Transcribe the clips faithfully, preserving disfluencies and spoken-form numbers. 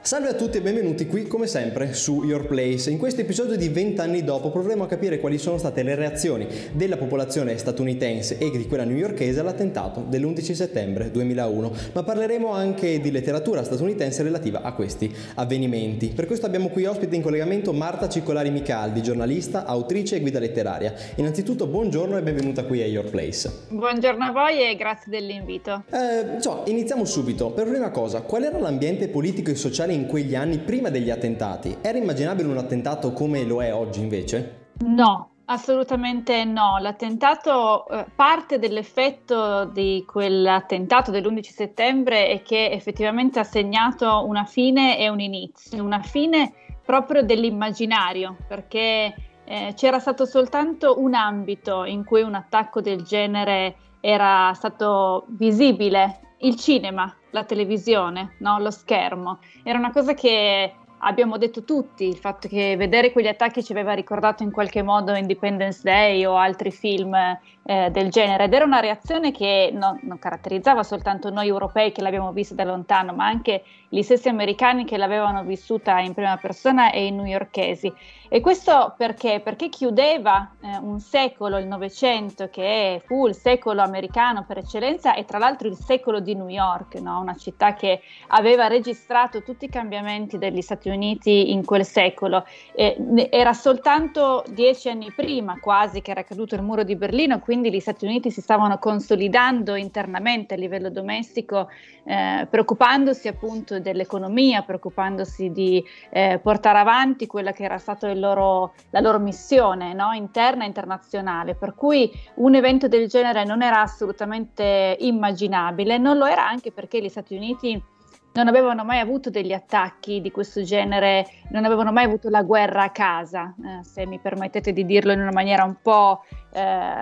Salve a tutti e benvenuti qui come sempre su Your Place. In questo episodio di vent'anni dopo proveremo a capire quali sono state le reazioni della popolazione statunitense e di quella newyorkese all'attentato dell'undici settembre duemilauno, ma parleremo anche di letteratura statunitense relativa a questi avvenimenti. Per questo abbiamo qui ospite in collegamento Marta Ciccolari Micaldi, giornalista, autrice e guida letteraria. Innanzitutto buongiorno e benvenuta qui a Your Place. Buongiorno a voi e grazie dell'invito. Eh, so, iniziamo subito. Per prima cosa, qual era l'ambiente politico e sociale in quegli anni prima degli attentati? Era immaginabile un attentato come lo è oggi invece? No, assolutamente no. L'attentato, eh, parte dell'effetto di quell'attentato dell'undici settembre è che effettivamente ha segnato una fine e un inizio, una fine proprio dell'immaginario, perché eh, c'era stato soltanto un ambito in cui un attacco del genere era stato visibile: il cinema, la televisione, no? Lo schermo. Era una cosa che abbiamo detto tutti, il fatto che vedere quegli attacchi ci aveva ricordato in qualche modo Independence Day o altri film eh, del genere, ed era una reazione che non, non caratterizzava soltanto noi europei che l'abbiamo vista da lontano, ma anche gli stessi americani che l'avevano vissuta in prima persona e i newyorkesi. E questo perché? Perché chiudeva eh, un secolo, il Novecento, che fu il secolo americano per eccellenza e tra l'altro il secolo di New York, no? Una città che aveva registrato tutti i cambiamenti degli Stati Uniti in quel secolo. Eh, era soltanto dieci anni prima quasi che era caduto il muro di Berlino, quindi gli Stati Uniti si stavano consolidando internamente a livello domestico, eh, preoccupandosi appunto dell'economia, preoccupandosi di eh, portare avanti quella che era stato il loro, la loro missione, no? Interna e internazionale, per cui un evento del genere non era assolutamente immaginabile. Non lo era anche perché gli Stati Uniti non avevano mai avuto degli attacchi di questo genere, non avevano mai avuto la guerra a casa, eh, se mi permettete di dirlo in una maniera un po', eh,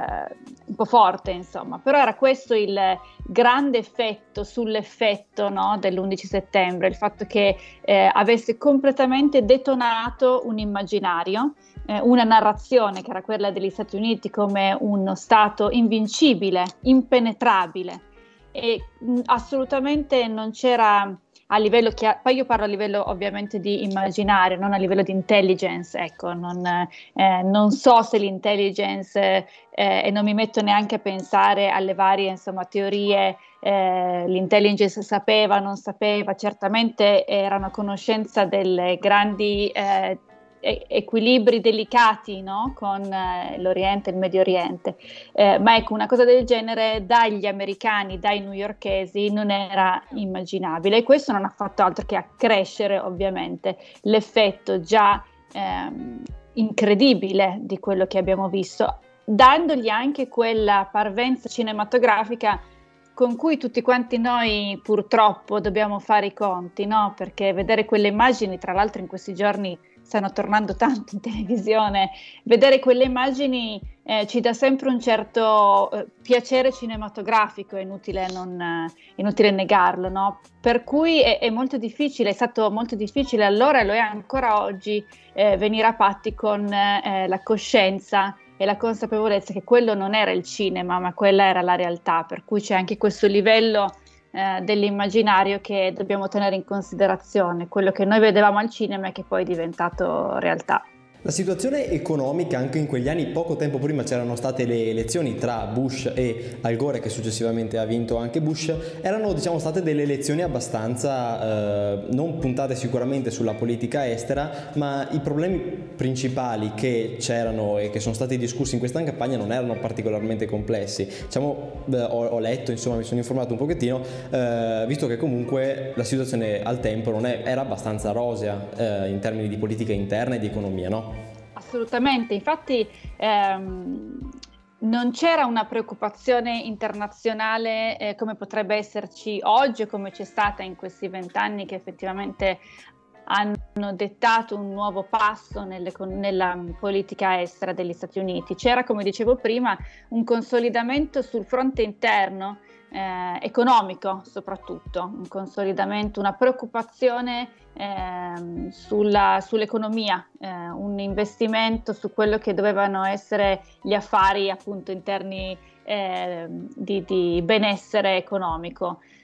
un po' forte, insomma. Però era questo il grande effetto sull'effetto, no, dell'undici settembre, il fatto che eh, avesse completamente detonato un immaginario, eh, una narrazione che era quella degli Stati Uniti come uno stato invincibile, impenetrabile. E mh, assolutamente non c'era a livello che poi io parlo a livello ovviamente di immaginario, non a livello di intelligence, ecco, non, eh, non so se l'intelligence eh, e non mi metto neanche a pensare alle varie insomma teorie, eh, l'intelligence sapeva, non sapeva, certamente erano a conoscenza delle grandi eh, equilibri delicati, no? Con eh, l'Oriente e il Medio Oriente, eh, ma ecco, una cosa del genere dagli americani, dai newyorkesi non era immaginabile, e questo non ha fatto altro che accrescere ovviamente l'effetto già ehm, incredibile di quello che abbiamo visto, dandogli anche quella parvenza cinematografica con cui tutti quanti noi purtroppo dobbiamo fare i conti, no? Perché vedere quelle immagini, tra l'altro in questi giorni stanno tornando tanto in televisione, vedere quelle immagini eh, ci dà sempre un certo eh, piacere cinematografico, è inutile, non, eh, inutile negarlo, no? Per cui è, è molto difficile, è stato molto difficile allora e lo è ancora oggi eh, venire a patti con eh, la coscienza e la consapevolezza che quello non era il cinema, ma quella era la realtà, per cui c'è anche questo livello eh, dell'immaginario che dobbiamo tenere in considerazione, quello che noi vedevamo al cinema e che poi è diventato realtà. La situazione economica, anche in quegli anni, poco tempo prima c'erano state le elezioni tra Bush e Al Gore, che successivamente ha vinto anche Bush, erano diciamo state delle elezioni abbastanza eh, non puntate sicuramente sulla politica estera, ma i problemi principali che c'erano e che sono stati discussi in questa campagna non erano particolarmente complessi. Diciamo, eh, ho, ho letto, insomma mi sono informato un pochettino, eh, visto che comunque la situazione al tempo non è, era abbastanza rosea eh, in termini di politica interna e di economia, no? Assolutamente, infatti ehm, non c'era una preoccupazione internazionale eh, come potrebbe esserci oggi o come c'è stata in questi vent'anni che effettivamente hanno dettato un nuovo passo nelle, nella politica estera degli Stati Uniti. C'era, come dicevo prima, un consolidamento sul fronte interno, eh, economico soprattutto, un consolidamento, una preoccupazione eh, sulla, sull'economia, eh, un investimento su quello che dovevano essere gli affari appunto interni eh, di, di benessere economico.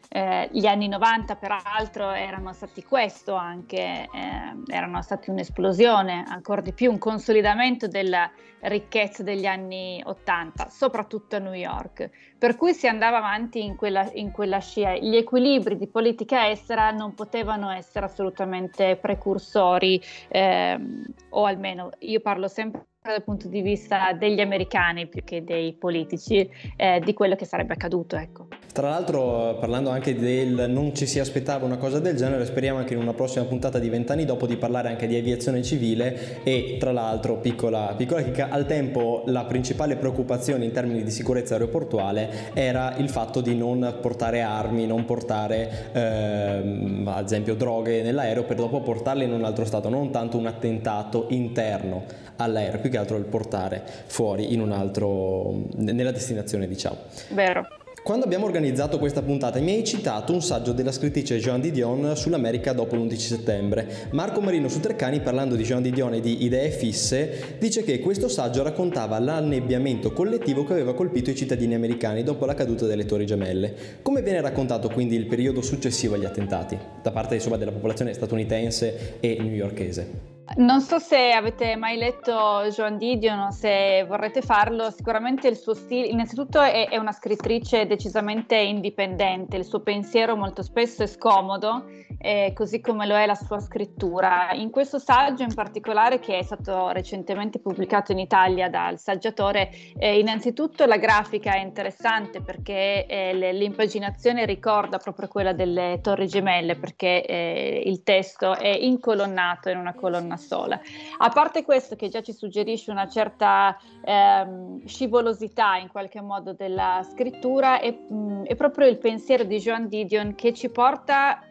Eh, gli anni novanta peraltro erano stati questo anche, eh, erano stati un'esplosione, ancora di più un consolidamento della ricchezza degli anni ottanta, soprattutto a New York, per cui si andava avanti in quella, in quella scia. Gli equilibri di politica estera non potevano essere assolutamente precursori, ehm, o almeno io parlo sempre dal punto di vista degli americani più che dei politici, eh, di quello che sarebbe accaduto, ecco. Tra l'altro, parlando anche del non ci si aspettava una cosa del genere, speriamo anche in una prossima puntata di Vent'anni dopo di parlare anche di aviazione civile e, tra l'altro, piccola, piccola chicca, al tempo la principale preoccupazione in termini di sicurezza aeroportuale era il fatto di non portare armi, non portare ehm, ad esempio droghe nell'aereo per dopo portarle in un altro stato, non tanto un attentato interno all'aereo, più che altro il portare fuori in un altro, nella destinazione, diciamo. Vero. Quando abbiamo organizzato questa puntata mi hai citato un saggio della scrittrice Joan Didion sull'America dopo l'undici settembre. Marco Marino su Treccani, parlando di Joan Didion e di idee fisse, dice che questo saggio raccontava l'annebbiamento collettivo che aveva colpito i cittadini americani dopo la caduta delle Torri Gemelle. Come viene raccontato quindi il periodo successivo agli attentati, da parte insomma della popolazione statunitense e newyorkese? Non so se avete mai letto Joan Didion o se vorrete farlo, sicuramente il suo stile, innanzitutto è, è una scrittrice decisamente indipendente, il suo pensiero molto spesso è scomodo, eh, così come lo è la sua scrittura. In questo saggio in particolare, che è stato recentemente pubblicato in Italia dal saggiatore, eh, innanzitutto la grafica è interessante perché eh, l'impaginazione ricorda proprio quella delle Torri Gemelle, perché eh, il testo è incolonnato in una colonna sola. A parte questo, che già ci suggerisce una certa ehm, scivolosità in qualche modo della scrittura, è, mh, è proprio il pensiero di Joan Didion che ci porta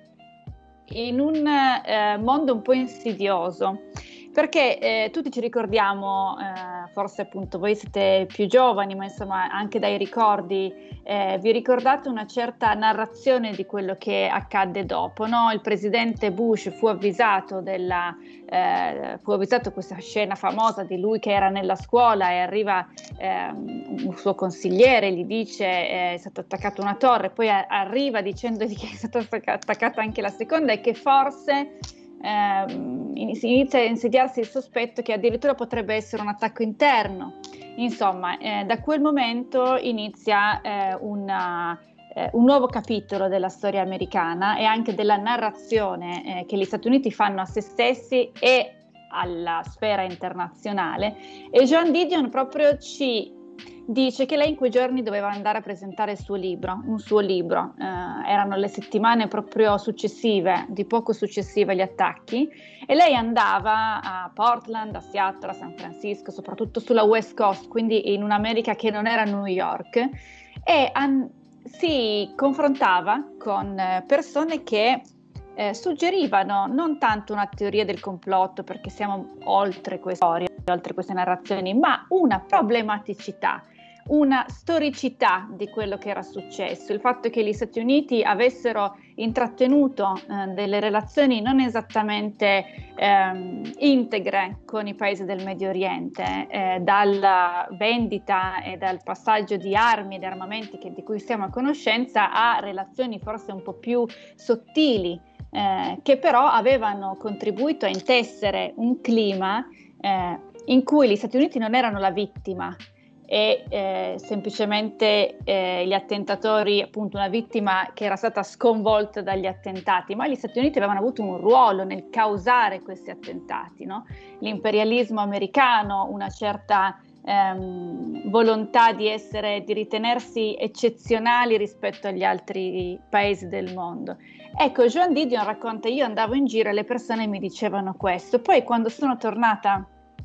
in un eh, mondo un po' insidioso, perché eh, tutti ci ricordiamo, eh, forse appunto voi siete più giovani, ma insomma anche dai ricordi eh, vi ricordate una certa narrazione di quello che accadde dopo, no? Il presidente Bush fu avvisato della eh, fu avvisato questa scena famosa di lui che era nella scuola e arriva eh, un suo consigliere, gli dice eh, è stata attaccata una torre, poi a- arriva dicendogli che è stata attaccata anche la seconda e che forse Eh, inizia a insediarsi il sospetto che addirittura potrebbe essere un attacco interno. Insomma, eh, da quel momento inizia eh, una, eh, un nuovo capitolo della storia americana e anche della narrazione eh, che gli Stati Uniti fanno a se stessi e alla sfera internazionale. E Joan Didion proprio ci dice che lei in quei giorni doveva andare a presentare il suo libro, un suo libro, eh, erano le settimane proprio successive, di poco successive agli attacchi, e lei andava a Portland, a Seattle, a San Francisco, soprattutto sulla West Coast, quindi in un'America che non era New York, e an- si confrontava con persone che eh, suggerivano non tanto una teoria del complotto, perché siamo oltre queste storie, oltre queste narrazioni, ma una problematicità, una storicità di quello che era successo, il fatto che gli Stati Uniti avessero intrattenuto eh, delle relazioni non esattamente ehm, integre con i paesi del Medio Oriente, eh, dalla vendita e dal passaggio di armi ed armamenti che, di cui siamo a conoscenza, a relazioni forse un po' più sottili, eh, che però avevano contribuito a intessere un clima eh, in cui gli Stati Uniti non erano la vittima e eh, semplicemente eh, gli attentatori, appunto una vittima che era stata sconvolta dagli attentati, ma gli Stati Uniti avevano avuto un ruolo nel causare questi attentati, no? L'imperialismo americano, una certa ehm, volontà di essere, di ritenersi eccezionali rispetto agli altri paesi del mondo. Ecco, Joan Didion racconta: io andavo in giro e le persone mi dicevano questo, poi quando sono tornata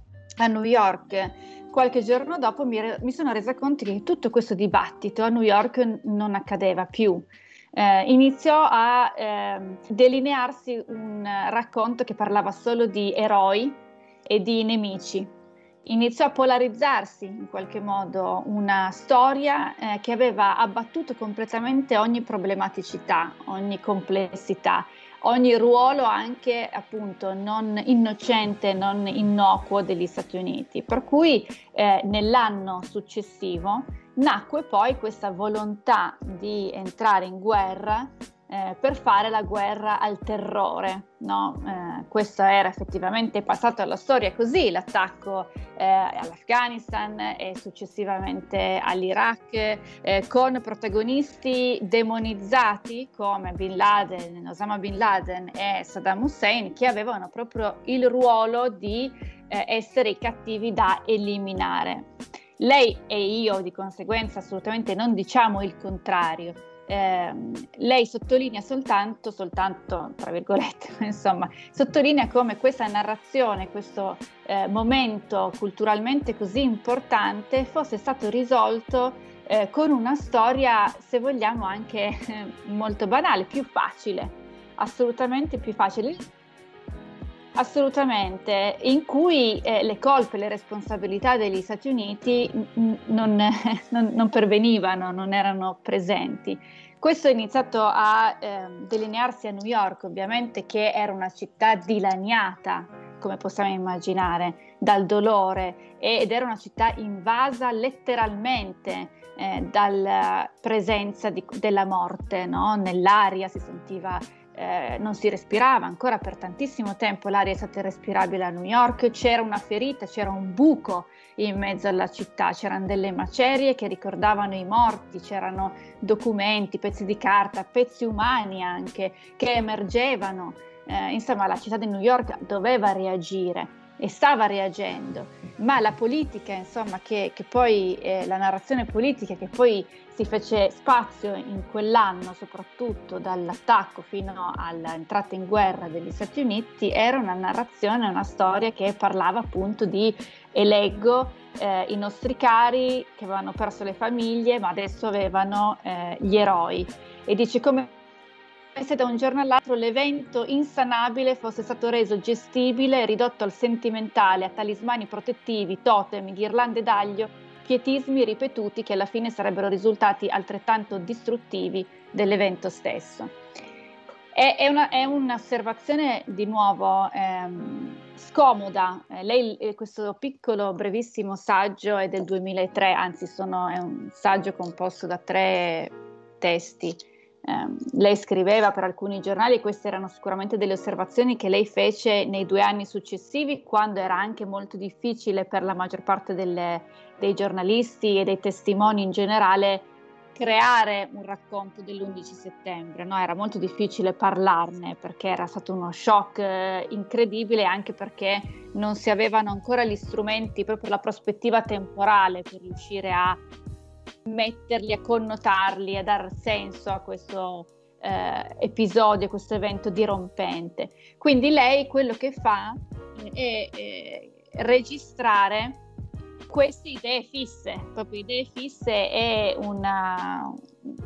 a New York qualche giorno dopo mi, re- mi sono resa conto che tutto questo dibattito a New York non accadeva più. Eh, iniziò a eh, delinearsi un racconto che parlava solo di eroi e di nemici. Iniziò a polarizzarsi in qualche modo una storia eh, che aveva abbattuto completamente ogni problematicità, ogni complessità, ogni ruolo anche appunto non innocente, non innocuo degli Stati Uniti. Per cui eh, nell'anno successivo nacque poi questa volontà di entrare in guerra eh, per fare la guerra al terrore, no? Eh, questo era effettivamente passato alla storia così, l'attacco eh, all'Afghanistan e successivamente all'Iraq, eh, con protagonisti demonizzati come Bin Laden, Osama Bin Laden e Saddam Hussein, che avevano proprio il ruolo di eh, essere i cattivi da eliminare. Lei e io di conseguenza assolutamente non diciamo il contrario. Eh, lei sottolinea soltanto, soltanto tra virgolette, insomma, sottolinea come questa narrazione, questo eh, momento culturalmente così importante fosse stato risolto eh, con una storia, se vogliamo, anche eh, molto banale, più facile, assolutamente più facile. Assolutamente, in cui eh, le colpe, le responsabilità degli Stati Uniti n- non, non, non pervenivano, non erano presenti. Questo è iniziato a eh, delinearsi a New York, ovviamente, che era una città dilaniata, come possiamo immaginare, dal dolore, ed era una città invasa letteralmente eh, dalla presenza di, della morte, no? Nell'aria si sentiva Eh, non si respirava ancora per tantissimo tempo, l'aria è stata irrespirabile a New York, c'era una ferita, c'era un buco in mezzo alla città, c'erano delle macerie che ricordavano i morti, c'erano documenti, pezzi di carta, pezzi umani anche che emergevano, eh, insomma la città di New York doveva reagire e stava reagendo, ma la politica, insomma, che, che poi eh, la narrazione politica che poi si fece spazio in quell'anno, soprattutto dall'attacco fino all'entrata in guerra degli Stati Uniti, era una narrazione, una storia che parlava appunto di eleggo eh, i nostri cari che avevano perso le famiglie, ma adesso avevano eh, gli eroi, e dice come se da un giorno all'altro l'evento insanabile fosse stato reso gestibile e ridotto al sentimentale, a talismani protettivi, totem, ghirlande d'aglio, pietismi ripetuti che alla fine sarebbero risultati altrettanto distruttivi dell'evento stesso. È, è, una, è un'osservazione di nuovo ehm, scomoda. Eh, lei, questo piccolo brevissimo saggio è del duemilatré, anzi sono, è un saggio composto da tre testi. Um, lei scriveva per alcuni giornali, queste erano sicuramente delle osservazioni che lei fece nei due anni successivi, quando era anche molto difficile per la maggior parte delle, dei giornalisti e dei testimoni in generale creare un racconto dell'undici settembre, no? Era molto difficile parlarne perché era stato uno shock eh, incredibile, anche perché non si avevano ancora gli strumenti, proprio la prospettiva temporale per riuscire a metterli, a connotarli, a dar senso a questo eh, episodio, a questo evento dirompente. Quindi lei quello che fa è, è registrare queste idee fisse, proprio idee fisse è un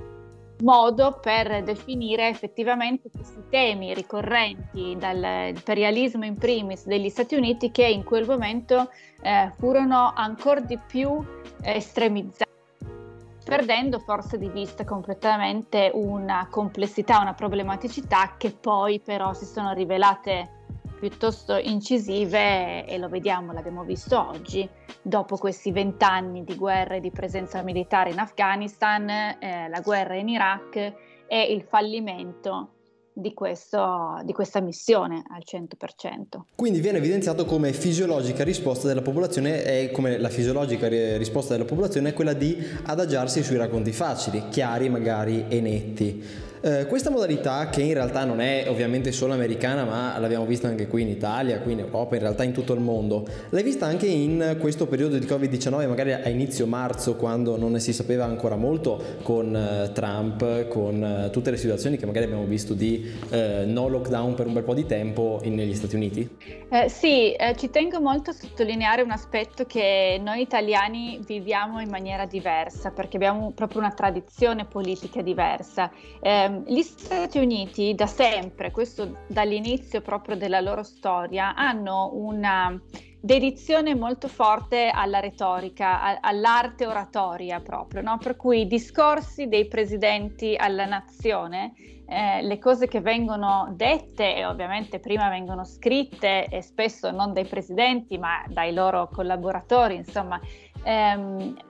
modo per definire effettivamente questi temi ricorrenti dal imperialismo in primis degli Stati Uniti, che in quel momento eh, furono ancora di più eh, estremizzati, perdendo forse di vista completamente una complessità, una problematicità che poi però si sono rivelate piuttosto incisive, e lo vediamo, l'abbiamo visto oggi, dopo questi vent'anni di guerra e di presenza militare in Afghanistan, eh, la guerra in Iraq e il fallimento di, questo, di questa missione al cento per cento. Quindi viene evidenziato come fisiologica risposta della popolazione e come la fisiologica risposta della popolazione è quella di adagiarsi sui racconti facili, chiari magari e netti. Eh, questa modalità, che in realtà non è ovviamente solo americana, ma l'abbiamo vista anche qui in Italia, qui in Europa, in realtà in tutto il mondo, l'hai vista anche in questo periodo di covid diciannove, magari a inizio marzo, quando non ne si sapeva ancora molto, con eh, Trump, con eh, tutte le situazioni che magari abbiamo visto di eh, no lockdown per un bel po' di tempo in, negli Stati Uniti? Eh, sì, eh, ci tengo molto a sottolineare un aspetto che noi italiani viviamo in maniera diversa, perché abbiamo proprio una tradizione politica diversa. Eh, gli Stati Uniti da sempre, questo dall'inizio proprio della loro storia, hanno una dedizione molto forte alla retorica, a, all'arte oratoria proprio, no? Per cui i discorsi dei presidenti alla nazione, eh, le cose che vengono dette, e ovviamente prima vengono scritte, e spesso non dai presidenti ma dai loro collaboratori, insomma, ehm,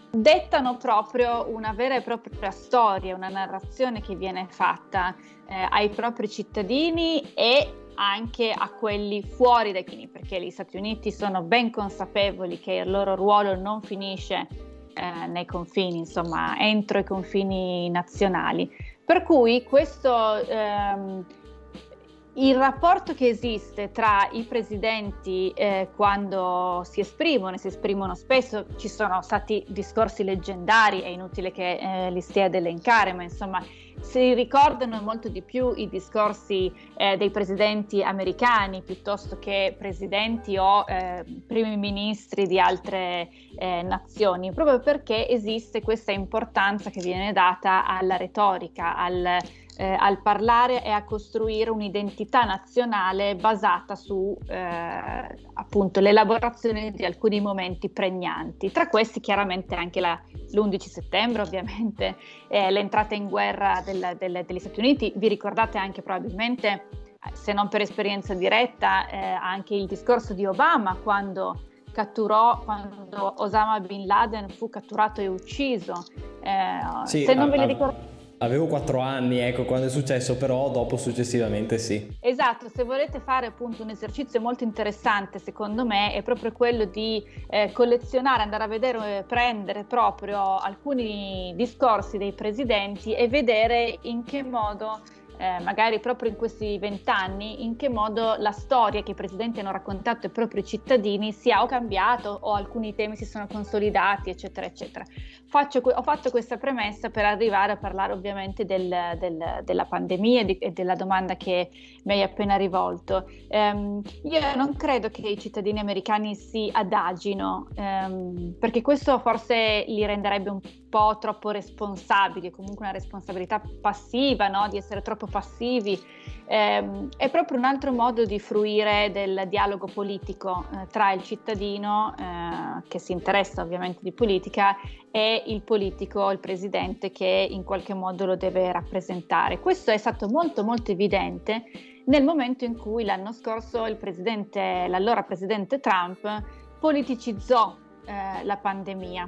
dettano proprio una vera e propria storia, una narrazione che viene fatta eh, ai propri cittadini e anche a quelli fuori dai confini, perché gli Stati Uniti sono ben consapevoli che il loro ruolo non finisce eh, nei confini, insomma, entro i confini nazionali. Per cui questo ehm, il rapporto che esiste tra i presidenti eh, quando si esprimono, e si esprimono spesso, ci sono stati discorsi leggendari, è inutile che eh, li stia ad elencare, ma insomma si ricordano molto di più i discorsi eh, dei presidenti americani piuttosto che presidenti o eh, primi ministri di altre eh, nazioni, proprio perché esiste questa importanza che viene data alla retorica, al Eh, al parlare e a costruire un'identità nazionale basata su eh, appunto l'elaborazione di alcuni momenti pregnanti, tra questi chiaramente anche la, l'undici settembre, ovviamente eh, l'entrata in guerra del, del, degli Stati Uniti. Vi ricordate anche probabilmente, se non per esperienza diretta, eh, anche il discorso di Obama quando catturò, quando Osama Bin Laden fu catturato e ucciso. Eh, sì, se non a, ve li a... ricordate. Avevo quattro anni, ecco, quando è successo, però dopo successivamente sì. Esatto, se volete fare appunto un esercizio molto interessante, secondo me, è proprio quello di eh, collezionare, andare a vedere, eh, prendere proprio alcuni discorsi dei presidenti e vedere in che modo, eh, magari proprio in questi vent'anni, in che modo la storia che i presidenti hanno raccontato ai propri cittadini sia o cambiato o alcuni temi si sono consolidati, eccetera, eccetera. Faccio, ho fatto questa premessa per arrivare a parlare ovviamente del, del, della pandemia e, di, e della domanda che mi hai appena rivolto. Um, io non credo che i cittadini americani si adagino, um, perché questo forse li renderebbe un po' troppo responsabili, comunque una responsabilità passiva, no? Di essere troppo passivi. Um, è proprio un altro modo di fruire del dialogo politico eh, tra il cittadino eh, che si interessa ovviamente di politica e il politico, il presidente che in qualche modo lo deve rappresentare. Questo è stato molto molto evidente nel momento in cui l'anno scorso il presidente, l'allora presidente Trump politicizzò eh, la pandemia.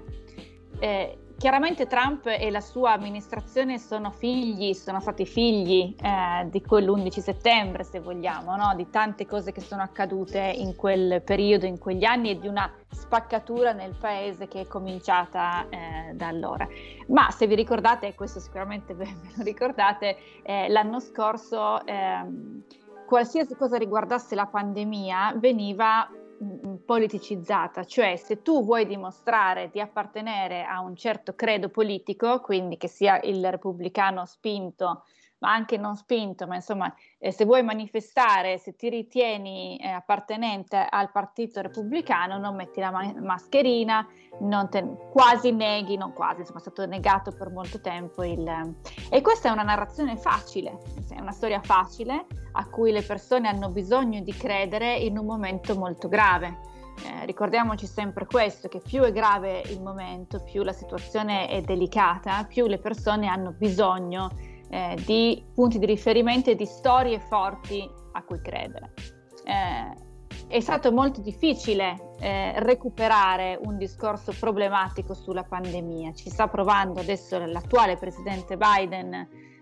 Eh, Chiaramente Trump e la sua amministrazione sono figli, sono stati figli eh, di quell'undici settembre, se vogliamo, no? Di tante cose che sono accadute in quel periodo, in quegli anni, e di una spaccatura nel paese che è cominciata eh, da allora. Ma se vi ricordate, e questo sicuramente ve lo ricordate, eh, l'anno scorso eh, qualsiasi cosa riguardasse la pandemia veniva politicizzata, cioè se tu vuoi dimostrare di appartenere a un certo credo politico, quindi che sia il repubblicano spinto ma anche non spinto, ma insomma eh, se vuoi manifestare, se ti ritieni eh, appartenente al partito repubblicano, non metti la ma- mascherina, non te, quasi neghi, non quasi, insomma è stato negato per molto tempo il... E questa è una narrazione facile, è una storia facile a cui le persone hanno bisogno di credere in un momento molto grave. Eh, ricordiamoci sempre questo, che più è grave il momento, più la situazione è delicata, più le persone hanno bisogno Eh, di punti di riferimento e di storie forti a cui credere. Eh, è stato molto difficile eh, recuperare un discorso problematico sulla pandemia. Ci sta provando adesso l'attuale presidente Biden,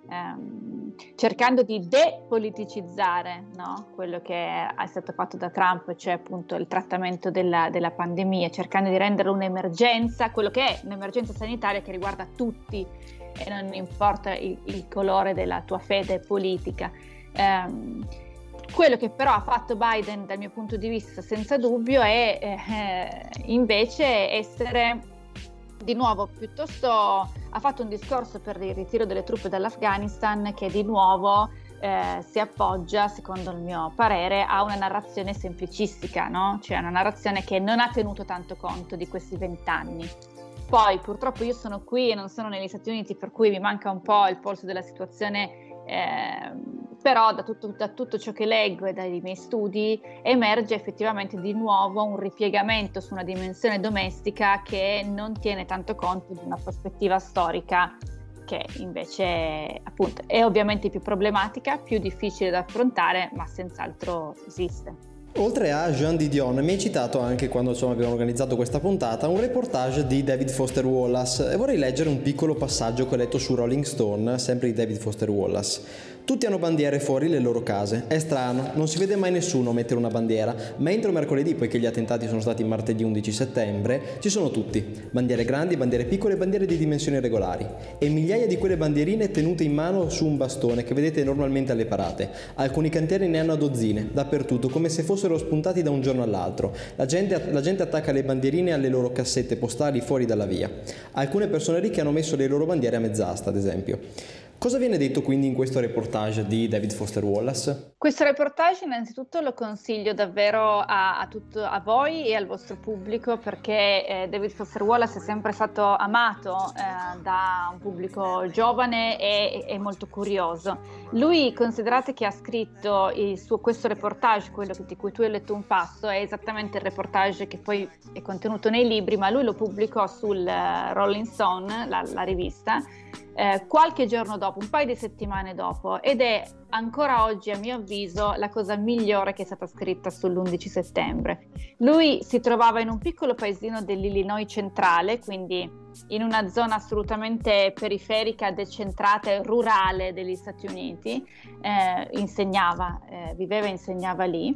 ehm, cercando di depoliticizzare, no? Quello che è stato fatto da Trump, cioè appunto il trattamento della, della pandemia, cercando di renderlo un'emergenza, quello che è un'emergenza sanitaria che riguarda tutti e non importa il, il colore della tua fede politica. Um, quello che però ha fatto Biden dal mio punto di vista senza dubbio è eh, invece essere di nuovo piuttosto, ha fatto un discorso per il ritiro delle truppe dall'Afghanistan che di nuovo eh, si appoggia, secondo il mio parere, a una narrazione semplicistica, no? Cioè una narrazione che non ha tenuto tanto conto di questi vent'anni. Poi purtroppo io sono qui e non sono negli Stati Uniti, per cui mi manca un po' il polso della situazione, eh, però da tutto, da tutto ciò che leggo e dai miei studi emerge effettivamente di nuovo un ripiegamento su una dimensione domestica che non tiene tanto conto di una prospettiva storica che invece appunto è ovviamente più problematica, più difficile da affrontare, ma senz'altro esiste. Oltre a Jean Didion, mi hai citato anche, quando insomma abbiamo organizzato questa puntata, un reportage di David Foster Wallace, e vorrei leggere un piccolo passaggio che ho letto su Rolling Stone, sempre di David Foster Wallace. Tutti hanno bandiere fuori le loro case. È strano, non si vede mai nessuno mettere una bandiera, ma entro mercoledì, poiché gli attentati sono stati martedì undici settembre, ci sono tutti. Bandiere grandi, bandiere piccole, bandiere di dimensioni regolari. E migliaia di quelle bandierine tenute in mano su un bastone che vedete normalmente alle parate. Alcuni cantieri ne hanno a dozzine, dappertutto, come se fossero spuntati da un giorno all'altro. La gente, la gente attacca le bandierine alle loro cassette postali fuori dalla via. Alcune persone ricche hanno messo le loro bandiere a mezz'asta, ad esempio. Cosa viene detto quindi in questo reportage di David Foster Wallace? Questo reportage innanzitutto lo consiglio davvero a, a, tutto, a voi e al vostro pubblico, perché eh, David Foster Wallace è sempre stato amato eh, da un pubblico giovane e, e molto curioso. Lui, considerate che ha scritto il suo, questo reportage, quello di cui tu hai letto un passo, è esattamente il reportage che poi è contenuto nei libri, ma lui lo pubblicò sul uh, Rolling Stone, la, la rivista, Eh, qualche giorno dopo, un paio di settimane dopo, ed è ancora oggi, a mio avviso, la cosa migliore che è stata scritta sull'undici settembre. Lui si trovava in un piccolo paesino dell'Illinois centrale, quindi in una zona assolutamente periferica, decentrata e rurale degli Stati Uniti, eh, insegnava, eh, viveva e insegnava lì.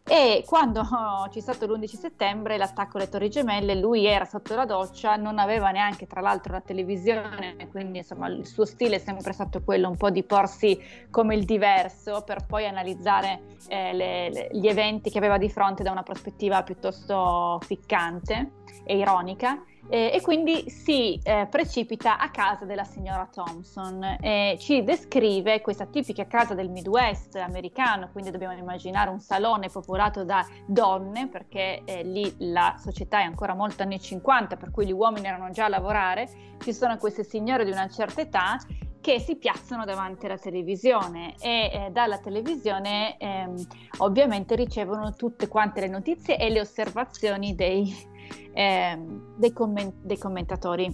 E quando oh, c'è stato l'undici settembre, l'attacco alle Torri Gemelle, lui era sotto la doccia, non aveva neanche tra l'altro la televisione, quindi insomma il suo stile è sempre stato quello un po' di porsi come il diverso, per poi analizzare eh, le, le, gli eventi che aveva di fronte da una prospettiva piuttosto ficcante e ironica. Eh, e quindi si eh, precipita a casa della signora Thompson e ci descrive questa tipica casa del Midwest americano, quindi dobbiamo immaginare un salone popolato da donne, perché eh, lì la società è ancora molto anni cinquanta, per cui gli uomini erano già a lavorare. Ci sono queste signore di una certa età che si piazzano davanti alla televisione e eh, dalla televisione ehm, ovviamente ricevono tutte quante le notizie e le osservazioni dei Eh, dei, comment- dei commentatori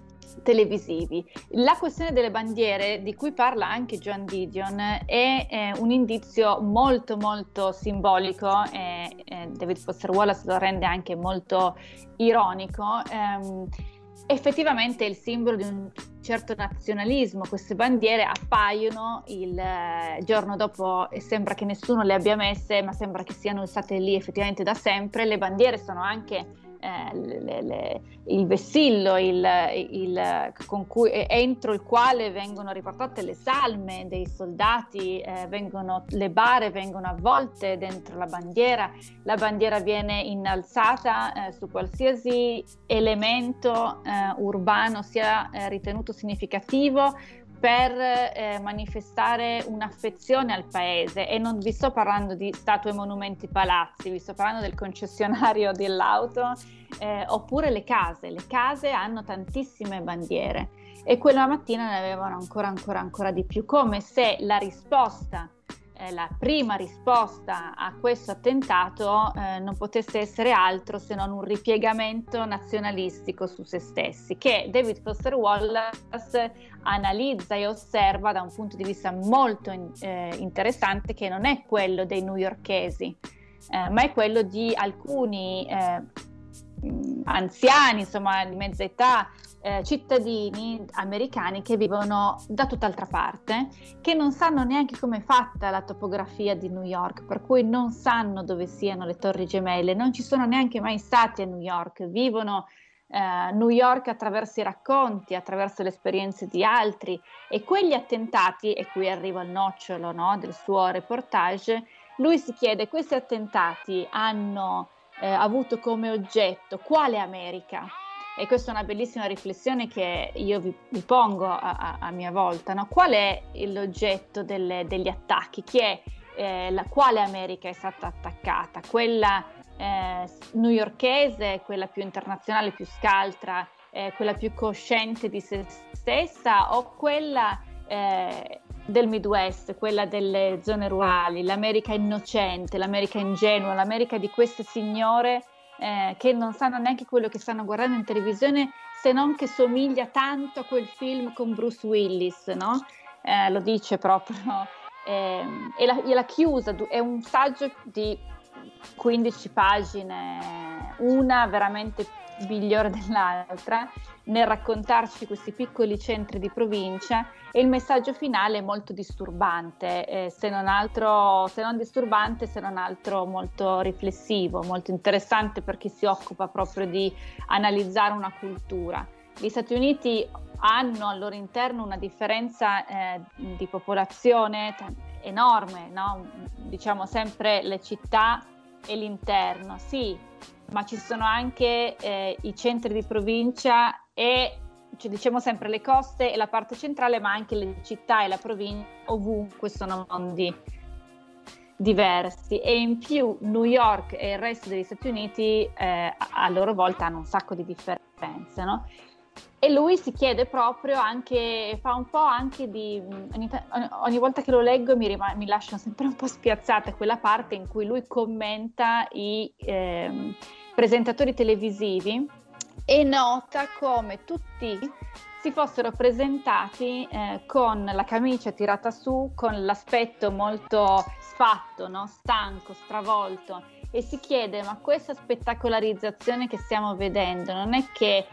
televisivi. La questione delle bandiere, di cui parla anche John Didion, è eh, un indizio molto molto simbolico, e eh, David Foster Wallace lo rende anche molto ironico. ehm, Effettivamente è il simbolo di un certo nazionalismo. Queste bandiere appaiono il eh, giorno dopo e sembra che nessuno le abbia messe, ma sembra che siano state lì effettivamente da sempre. Le bandiere sono anche eh, le, le, il vessillo il, il, con cui, entro il quale vengono riportate le salme dei soldati, eh, vengono, le bare vengono avvolte dentro la bandiera, la bandiera viene innalzata eh, su qualsiasi elemento eh, urbano sia eh, ritenuto significativo per eh, manifestare un'affezione al paese. E non vi sto parlando di statue, monumenti, palazzi, vi sto parlando del concessionario dell'auto eh, oppure le case. Le case hanno tantissime bandiere e quella mattina ne avevano ancora ancora ancora di più, come se la risposta Eh, la prima risposta a questo attentato eh, non potesse essere altro se non un ripiegamento nazionalistico su se stessi, che David Foster Wallace analizza e osserva da un punto di vista molto eh, interessante, che non è quello dei newyorkesi, eh, ma è quello di alcuni eh, anziani, insomma di mezza età, Eh, cittadini americani che vivono da tutt'altra parte, che non sanno neanche come è fatta la topografia di New York, per cui non sanno dove siano le Torri Gemelle, non ci sono neanche mai stati a New York, vivono eh, New York attraverso i racconti, attraverso le esperienze di altri. E quegli attentati, e qui arriva il nocciolo, no, del suo reportage, lui si chiede: questi attentati hanno eh, avuto come oggetto quale America? E questa è una bellissima riflessione che io vi, vi pongo a, a, a mia volta, no? Qual è l'oggetto delle, degli attacchi? Chi è, eh, la, quale America è stata attaccata? Quella eh, newyorkese, quella più internazionale, più scaltra, eh, quella più cosciente di se stessa, o quella eh, del Midwest, quella delle zone rurali, l'America innocente, l'America ingenua, l'America di queste signore Eh, che non sanno neanche quello che stanno guardando in televisione, se non che somiglia tanto a quel film con Bruce Willis, no? Eh, lo dice proprio. Eh, e, la, e la chiusa è un saggio di quindici pagine, una veramente migliore dell'altra, nel raccontarci questi piccoli centri di provincia, e il messaggio finale è molto disturbante, eh, se non altro, se non disturbante, se non altro molto riflessivo, molto interessante per chi si occupa proprio di analizzare una cultura. Gli Stati Uniti hanno al loro interno una differenza eh, di popolazione t- enorme, no? Diciamo sempre le città e l'interno, sì, ma ci sono anche eh, i centri di provincia e, cioè, diciamo sempre le coste e la parte centrale, ma anche le città e la provincia, ovunque sono mondi diversi, e in più New York e il resto degli Stati Uniti eh, a loro volta hanno un sacco di differenze, no? E lui si chiede proprio anche, fa un po' anche di, ogni, ogni volta che lo leggo mi, rim- mi lascia sempre un po' spiazzata quella parte in cui lui commenta i eh, presentatori televisivi e nota come tutti si fossero presentati eh, con la camicia tirata su, con l'aspetto molto sfatto, no? Stanco, stravolto, e si chiede: ma questa spettacolarizzazione che stiamo vedendo non è che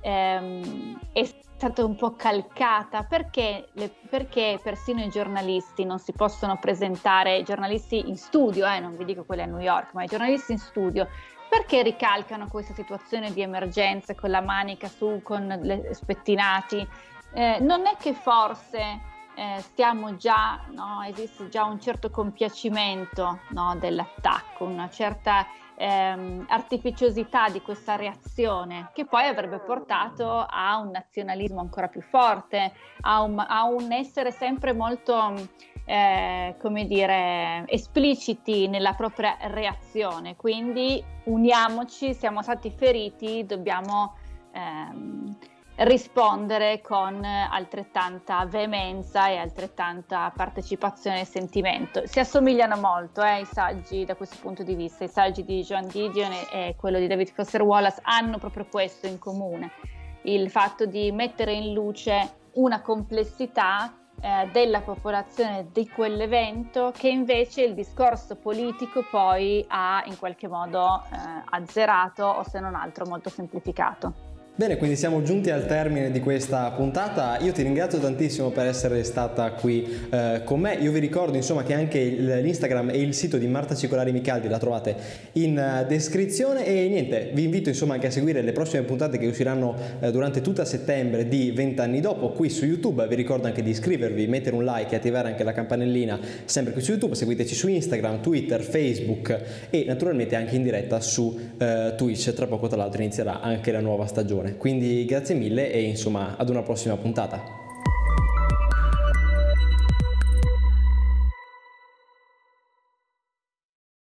ehm, è stata un po' calcata? Perché, le, perché persino i giornalisti non si possono presentare, i giornalisti in studio, eh, non vi dico quelli a New York, ma i giornalisti in studio, perché ricalcano questa situazione di emergenza con la manica su, con le spettinati? Eh, non è che forse eh, stiamo già, no, esiste già un certo compiacimento, no, dell'attacco, una certa ehm, artificiosità di questa reazione, che poi avrebbe portato a un nazionalismo ancora più forte, a un, a un essere sempre molto Eh, come dire, espliciti nella propria reazione. Quindi uniamoci, siamo stati feriti, dobbiamo ehm, rispondere con altrettanta veemenza e altrettanta partecipazione e sentimento. Si assomigliano molto eh, i saggi da questo punto di vista. I saggi di Joan Didion e, e quello di David Foster Wallace hanno proprio questo in comune, il fatto di mettere in luce una complessità Eh, della popolazione di quell'evento, che invece il discorso politico poi ha in qualche modo eh, azzerato, o se non altro molto semplificato. Bene, quindi siamo giunti al termine di questa puntata. Io ti ringrazio tantissimo per essere stata qui eh, con me. Io vi ricordo insomma che anche l'Instagram e il sito di Marta Cicolari Micaldi la trovate in uh, descrizione, e niente, vi invito insomma anche a seguire le prossime puntate che usciranno eh, durante tutta settembre di vent'anni dopo qui su YouTube. Vi ricordo anche di iscrivervi, mettere un like e attivare anche la campanellina sempre qui su YouTube. Seguiteci su Instagram, Twitter, Facebook e naturalmente anche in diretta su uh, Twitch. Tra poco tra l'altro inizierà anche la nuova stagione. Quindi grazie mille e insomma ad una prossima puntata.